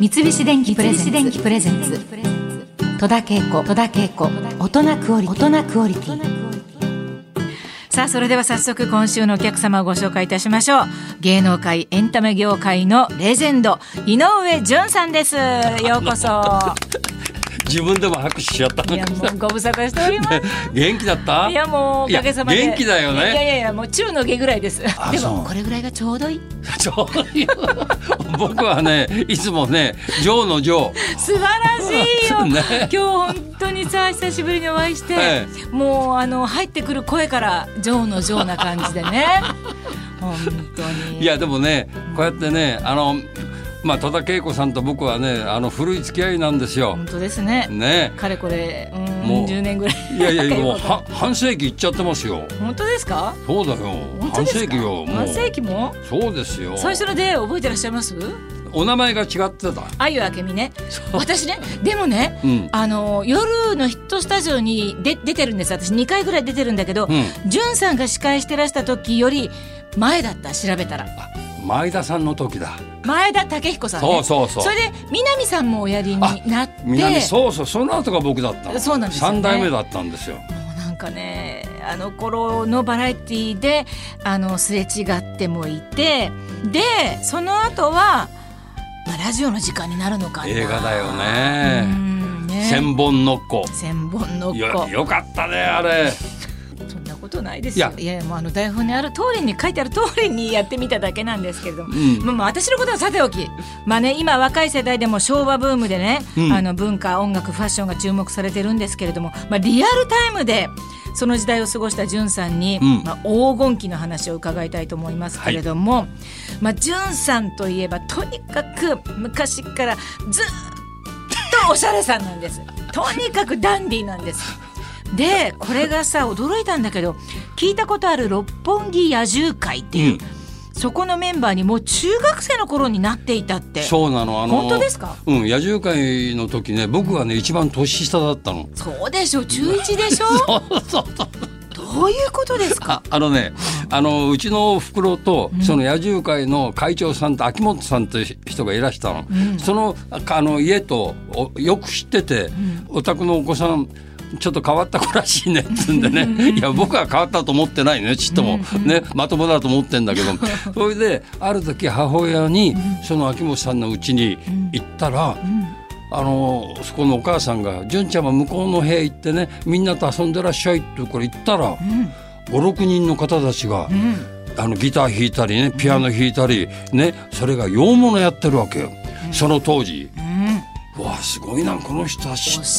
三菱電機プレゼンツ戸田恵子大人クオリティ。さあ、それでは早速今週のお客様をご紹介いたしましょう。芸能界エンタメ業界のレジェンド、井上順さんです。ようこそ。 自分でも拍手しちゃった。 いや、もうご無沙汰しております。 元気だった？ いや、もうおかげさまで元気だよね。 いやもう中の下ぐらいです。でもこれぐらいがちょうどいい。 ちょうどいい。僕はね、いつもね、ジョーのジョー。 素晴らしいよ、 ね、 今日本当にさ、久しぶりにお会いして、もう入ってくる声からジョーのジョーな感じでね。本当に。いやでもね、こうやってね、戸田恵子さんと僕はね、古い付き合いなんですよ。 本当ですね。かれこれもう10年ぐらい。 いやもう半世紀いっちゃってますよ。 本当ですか？ そうだよ。半世紀よ。 半世紀も？ そうですよ。 最初の出会い覚えてらっしゃいます？ お名前が違ってた。 あゆあけみね。私ね、でもね、夜のヒットスタジオに出てるんです。私2回ぐらい出てるんだけど、じゅんさんが司会してらした時より前だった。調べたら前田さんの時だ。前田武彦さんね。そうそれで南さんもおやりになって、 南、そうその後が僕だった。 そうなんですよね。 3代目だったんですよ。 もうなんかね、あの頃のバラエティですれ違ってもいて、でその後は、ラジオの時間になるのかな。 映画だよね。千本のっこ。よかったね、あれ。 そんなことないですよ。いやもう台本にある通りに書いてある通りにやってみただけなんですけれども、私のことはさておき、今若い世代でも昭和ブームでね、文化、音楽、ファッションが注目されてるんですけれども、リアルタイムでその時代を過ごしたじゅんさんに、黄金期の話を伺いたいと思いますけれども、じゅんさんといえばとにかく昔からずっとおしゃれさんなんです。とにかくダンディーなんです。でこれがさ、驚いたんだけど、聞いたことある六本木野獣会っていう、そこのメンバーにもう中学生の頃になっていたって。そうなの。本当ですか？ 野獣会の時ね、僕がね一番年下だったの。 そうでしょ、中1でしょ。そうどういうことですか？ うちのおふくろと、その野獣会の会長さんと秋元さんという人がいらしたの。その家とよく知ってて、お宅のお子さんちょっと変わった子らしいねって言うんでね、いや僕は変わったと思ってないね、ちっともね、まともだと思ってんだけど、それである時母親にその秋元さんの家に行ったら、そこのお母さんが、純ちゃんは向こうの部屋行ってね、みんなと遊んでらっしゃいってこれ言ったら、5、6人の方たちが、ギター弾いたりね、ピアノ弾いたりね、それが洋物やってるわけよ、その当時。わあ、すごいなこの人たちって。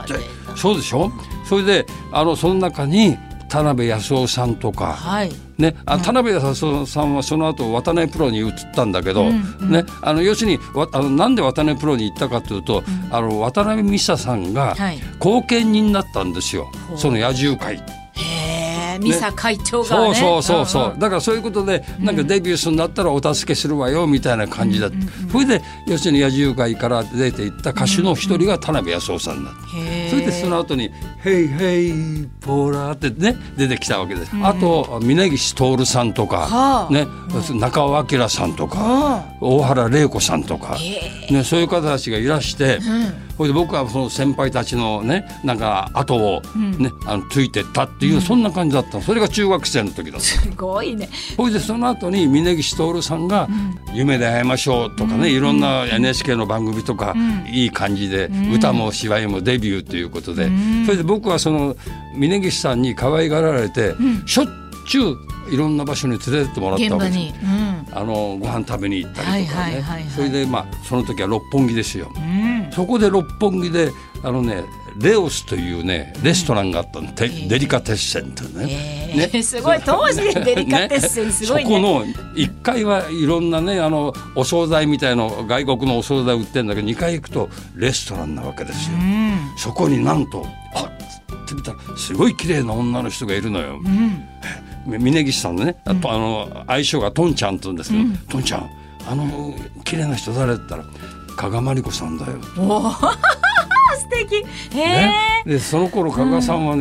そうでしょ。それでその中に田辺康夫さんとか、田辺康夫さんはその後渡辺プロに移ったんだけど、要するになんで渡辺プロに行ったかというと、渡辺美沙さんが後見人だったんですよ、その野獣会。 ミサ会長がね。 そうだからそういうことで、なんかデビューするんだったらお助けするわよみたいな感じだった。それで要するに野獣会から出ていった歌手の一人が田辺康夫さんだった。それでその後にヘイヘイポーラーってね出てきたわけです。あと峯岸徹さんとか、中尾明さんとか、大原麗子さんとか、そういう方たちがいらして、それで僕はその先輩たちのね、なんか後をね、ついてったっていう、そんな感じだった。それが中学生の時だった。 すごいね。 それでその後に峯岸徹さんが夢で会いましょうとかね、いろんな NHK の番組とか、いい感じで歌も芝居もデビューということで、それで僕はその峯岸さんに可愛がられて、しょっちゅういろんな場所に連れてってもらったわけです。ご飯食べに行ったりとかね。それでその時は六本木ですよ。そこで六本木でレオスというねレストランがあったの、デリカテッセンとね、 すごい当時でデリカテッセンすごいね。 そこの1階はいろんなねお惣菜みたいな外国のお惣菜売ってるんだけど、2階行くとレストランなわけですよ。そこになんとって見たらすごい綺麗な女の人がいるのよ。峯岸さんのね、愛称がトンちゃんって言うんですけど、トンちゃん綺麗な人誰って言ったら加賀まりこさんだよ。 素敵。 でその頃加賀さんはね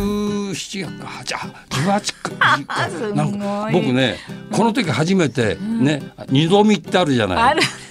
17か18かなんか僕ねこの時初めてね二度見ってあるじゃない。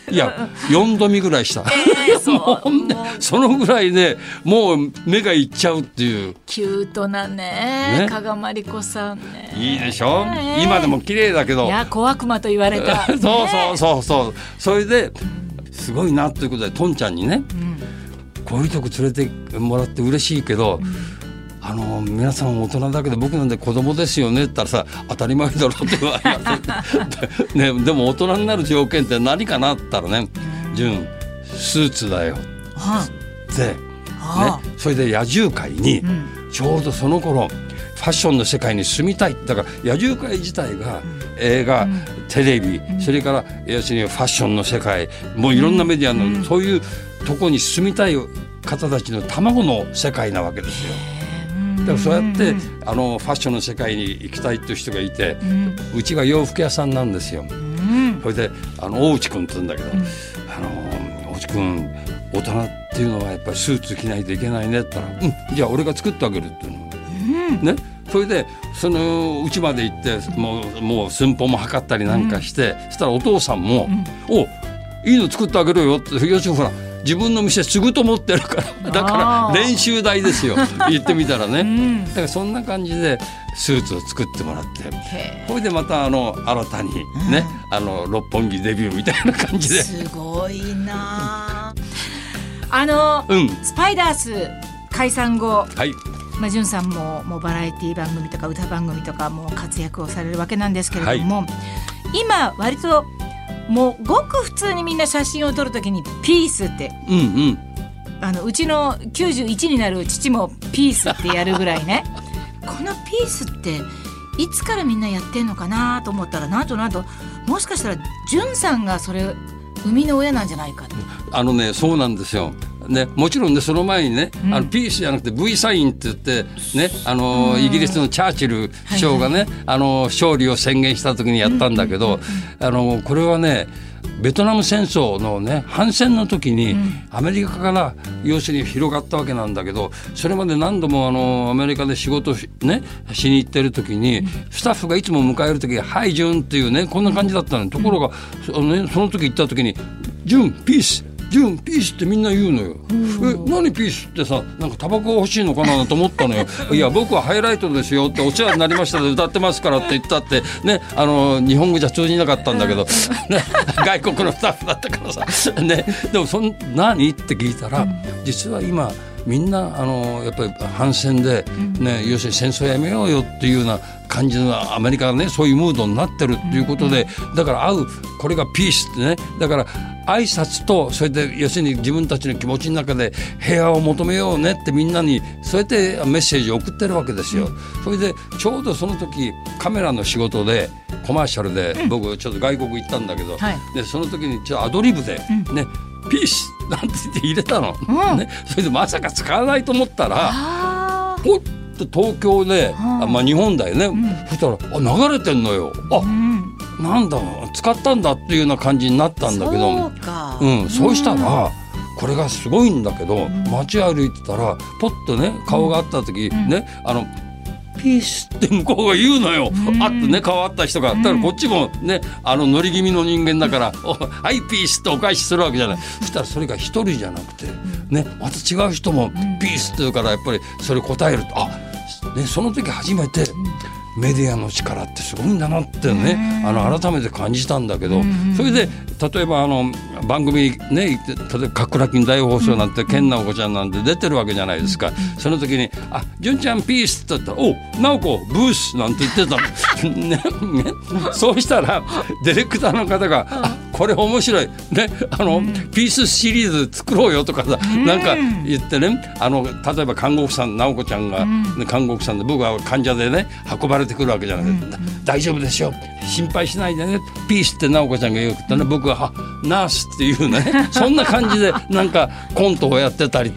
いや4度見ぐらいした、そのぐらいねもう目がいっちゃうっていうキュートな ね加賀まりこさんね。 いいでしょ、今でも綺麗だけど。 いや小悪魔と言われた、 そうそれですごいなということでトンちゃんにね、こういうとこ連れてもらって嬉しいけど、皆さん大人だけど僕なんて子供ですよねって言ったらさ、当たり前だろって言われて、ね、でも大人になる条件って何かなって言ったらね、純スーツだよで、ね、それで野獣会にちょうどその頃ファッションの世界に住みたい。だから野獣会自体が映画、テレビ、それから要するにファッションの世界、もういろんなメディアのそういうとこに住みたい方たちの卵の世界なわけですよ。だからそうやってファッションの世界に行きたいっていう人がいて、うちが洋服屋さんなんですよ。それで大内くんって言うんだけど、大内くん大人っていうのはやっぱりスーツ着ないといけないねって言ったら、じゃあ俺が作ってあげるっていうの、ね、それでそのうちまで行ってもう寸法も測ったりなんかして、そしたらお父さんも、おいいの作ってあげるよって、よしほら自分の店継ぐと思ってるからだから練習台ですよ言ってみたらね、だからそんな感じでスーツを作ってもらって、それでまた新たにね、六本木デビューみたいな感じで。 すごいなスパイダース解散後、じゅんさんもバラエティ番組とか歌番組とかも活躍をされるわけなんですけれども、今割ともうごく普通にみんな写真を撮るときにピースって、うちの91になる父もピースってやるぐらいねこのピースっていつからみんなやってんのかなと思ったら、なんともしかしたらじゅんさんがそれ生みの親なんじゃないかって。 そうなんですよね、もちろんねその前にね、ピースじゃなくて V サインって言ってね、イギリスのチャーチル首相がね、勝利を宣言した時にやったんだけど、これはねベトナム戦争のね反戦の時にアメリカから要するに広がったわけなんだけど、それまで何度もアメリカで仕事ねしに行ってる時に、スタッフがいつも迎える時ハイジュンっていうねこんな感じだったの。ところがその時行った時にジュンピースジュンピースってみんな言うのよ。何ピースってさ、なんかタバコ欲しいのかなと思ったのよいや僕はハイライトですよって、お世話になりましたで歌ってますからって言ったってね、日本語じゃ通じなかったんだけど、ね、外国のスタッフだったからさ、ね、でも何って聞いたら、実は今みんなやっぱり反戦で、ね、要するに戦争やめようよっていうような感じのアメリカがねそういうムードになってるっていうことで、だからこれがピースってね、だから挨拶とそれで要するに自分たちの気持ちの中で平和を求めようねってみんなにそうやってメッセージを送ってるわけですよ。それでちょうどその時カメラの仕事でコマーシャルで僕ちょっと外国行ったんだけど、でその時にちょっとアドリブでね、ピースなんて言って入れたの、ね、それでまさか使わないと思ったらポッと東京で、日本だよね、そしたら流れてんのよ。なんだ使ったんだっていうような感じになったんだけど、そうしたらこれがすごいんだけど、街歩いてたらポッとね顔があった時、ねピースって向こうが言うのよ、あってね顔あった人が、だからこっちもね乗り気味の人間だからはいピースってお返しするわけじゃない。そしたらそれが一人じゃなくてね、また違う人もピースって言うから、やっぱりそれ答えるとその時初めてメディアの力ってすごいんだなってね、改めて感じたんだけど、それで例えば番組ね、例えばかくらきん大放送なんて健直子ちゃんなんて出てるわけじゃないですか。その時に純ちゃんピースって言ったら直子ブースなんて言ってたのね、そうしたらディレクターの方がこれ面白いね、ピースシリーズ作ろうよとかさ、なんか言ってね、例えば看護婦さん直子ちゃんが、看護婦さんで僕は患者でね運ばれてくるわけじゃない、大丈夫ですよ心配しないでねピースって直子ちゃんが言うってね、僕はナースっていうねそんな感じでなんかコントをやってたりって、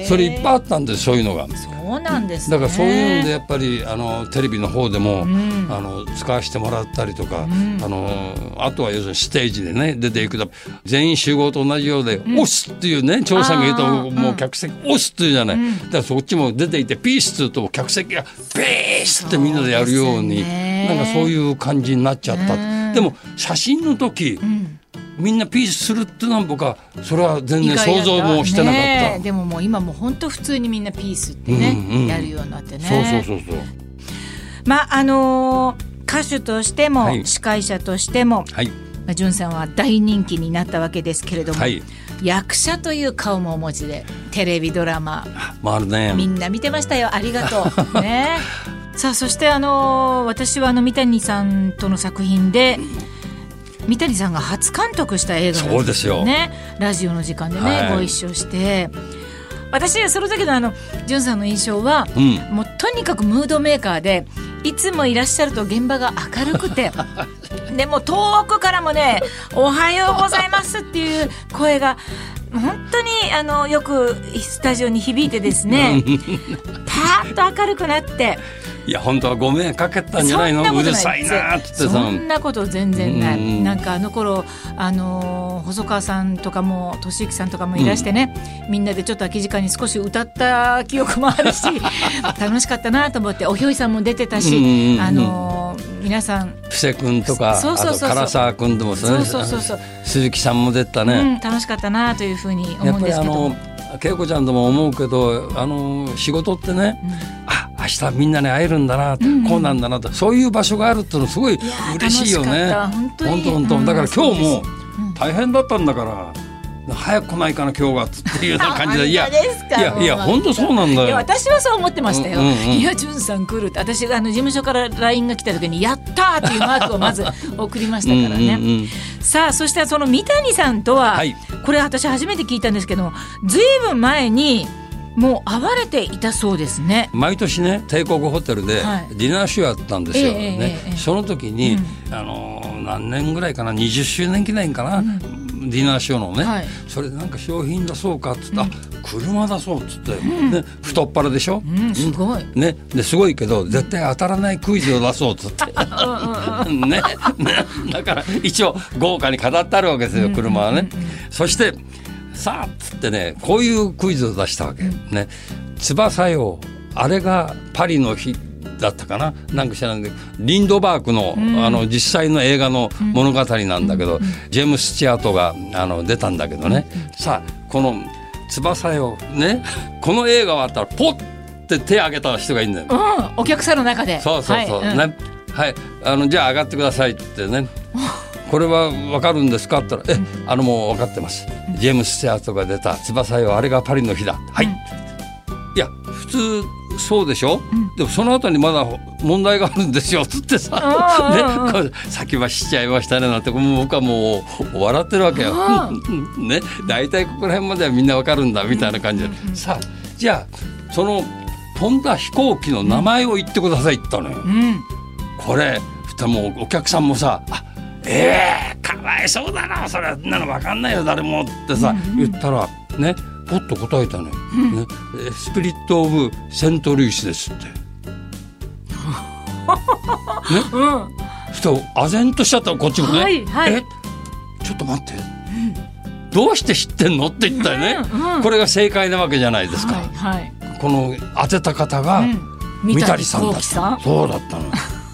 それいっぱいあったんです、そういうのが。 そうなんですね。 だからそういうのでやっぱりテレビの方でも、使わせてもらったりとか、あとは要するにステージでね出ていくと全員集合と同じようで、押すっていうね張さんが言うともう客席押すっていうじゃない、だからそっちも出ていてピースって言うと客席がピースってみんなでやるように、なんかそういう感じになっちゃった。でも写真の時、 みんなピースするっていうのは僕はそれは全然想像もしてなかった、 ね、でももう今もう本当普通にみんなピースってね、やるようになってね。 そうまあ歌手としても、司会者としても、潤さんは大人気になったわけですけれども、役者という顔もお持ちでテレビドラマ、みんな見てましたよ。ありがとうね。さあそして私は三谷さんとの作品で三谷さんが初監督した映画なんですよね。ラジオの時間でね、ご一緒して、私はその時の潤さんの印象は、もうとにかくムードメーカーで、いつもいらっしゃると現場が明るくてでも遠くからもねおはようございますっていう声が本当によくスタジオに響いてですねパーッと明るくなって、 いや本当はご迷惑かけたんじゃないの、うるさいなってそんなこと全然ない。なんか頃細川さんとかも俊之さんとかもいらしてね、みんなでちょっと空き時間に少し歌った記憶もあるし楽しかったなと思って、おひょいさんも出てたし、皆さん布施君とか、あと唐沢君でも鈴木さんも出たね、 楽しかったなというふうに思うんですけど、 恵子ちゃんとも思うけど仕事ってね、明日みんなに会えるんだな、こうなんだなと、そういう場所があるってのすごい嬉しいよね。本当だから今日も大変だったんだから、早く来ないかな今日はっていうような感じで、いや本当そうなんだよ。 私はそう思ってましたよ。いや潤さん来るって、私が事務所から LINE が来た時にやったーっていうマークをまず送りましたからね。さあそしてその三谷さんとは、これ私初めて聞いたんですけど、ずいぶん前にもう会われていたそうですね。 毎年ね帝国ホテルでディナーショーやったんですよ、その時に、何年ぐらいかな、20周年記念かな、ディナーショーのね、それでなんか商品出そうかっつって、車出そうっつって、太っ腹でしょ、 すごい、 ね、ですごいけど絶対当たらないクイズを出そうっつってね、だから一応豪華に飾ってあるわけですよ、車はね。そしてさあっつってね、こういうクイズを出したわけ、ね、翼よ、あれがパリの日だったかな、なんか知らないんだけど、リンドバークの、実際の映画の物語なんだけど、ジェームス・スチュアートが出たんだけどね、さあこの翼よね、この映画はあったらポッって手を挙げた人がいるんだよ、 お客さんの中で。 そう、ね、じゃあ上がってくださいってねこれは分かるんですかって言ったら、もう分かってます、ジェームス・スチュアートが出た翼よ、あれがパリの日だ、いや普通そうでしょ、でもその後にまだ問題があるんですよつってさ、ね、先走っちゃいましたねなんて、もう僕はもう笑ってるわけよね、大体ここら辺まではみんな分かるんだみたいな感じで、さあじゃあその飛んだ飛行機の名前を言ってくださいって言ったのよ、これもうお客さんもさ、かわいそうだな、それなの分かんないよ誰もってさ、言ったらね、ポッと答えたのよ、スピリット・オブ・セント・ルイスですってね、そう唖然としちゃったこっちもね、ちょっと待って、どうして知ってんのって言ったよね、これが正解なわけじゃないですか、この当てた方が三谷さんだった、そうだったの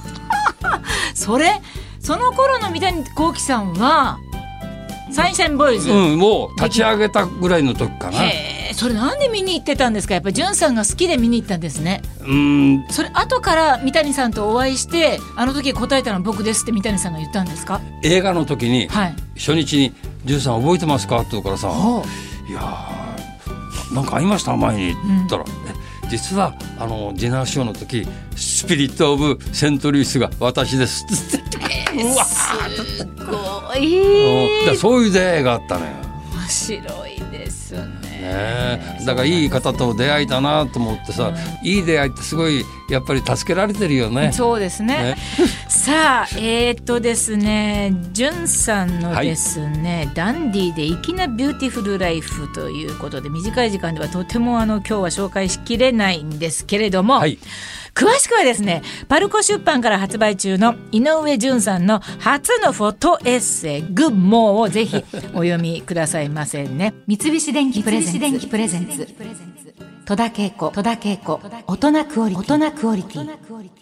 その頃の三谷幸喜さんはサンシャインボーイズ、 もう立ち上げたぐらいの時かな。 それなんで見に行ってたんですか。やっぱり潤さんが好きで見に行ったんですね。それ後から三谷さんとお会いして、あの時答えたのは僕ですって三谷さんが言ったんですか。 映画の時に、初日に潤さん覚えてますかって言うからさ、いやなんか会いました前にって言ったら、実はディナーショーの時スピリット・オブ・セント・ルイスが私ですって言って、 すごい、 そういう出会いがあったのよ。 面白いですね。 だからいい方と出会いだなと思ってさ、いい出会いってすごいやっぱり助けられてるよね。 そうですね。さあですね、潤さんのですね、ダンディーで粋なビューティフルライフということで、短い時間ではとても今日は紹介しきれないんですけれども、詳しくはですね、パルコ出版から発売中の井上潤さんの初のフォトエッセイグッモーをぜひお読みくださいませね。三菱電機プレゼンツ戸田恵子大人クオリティ。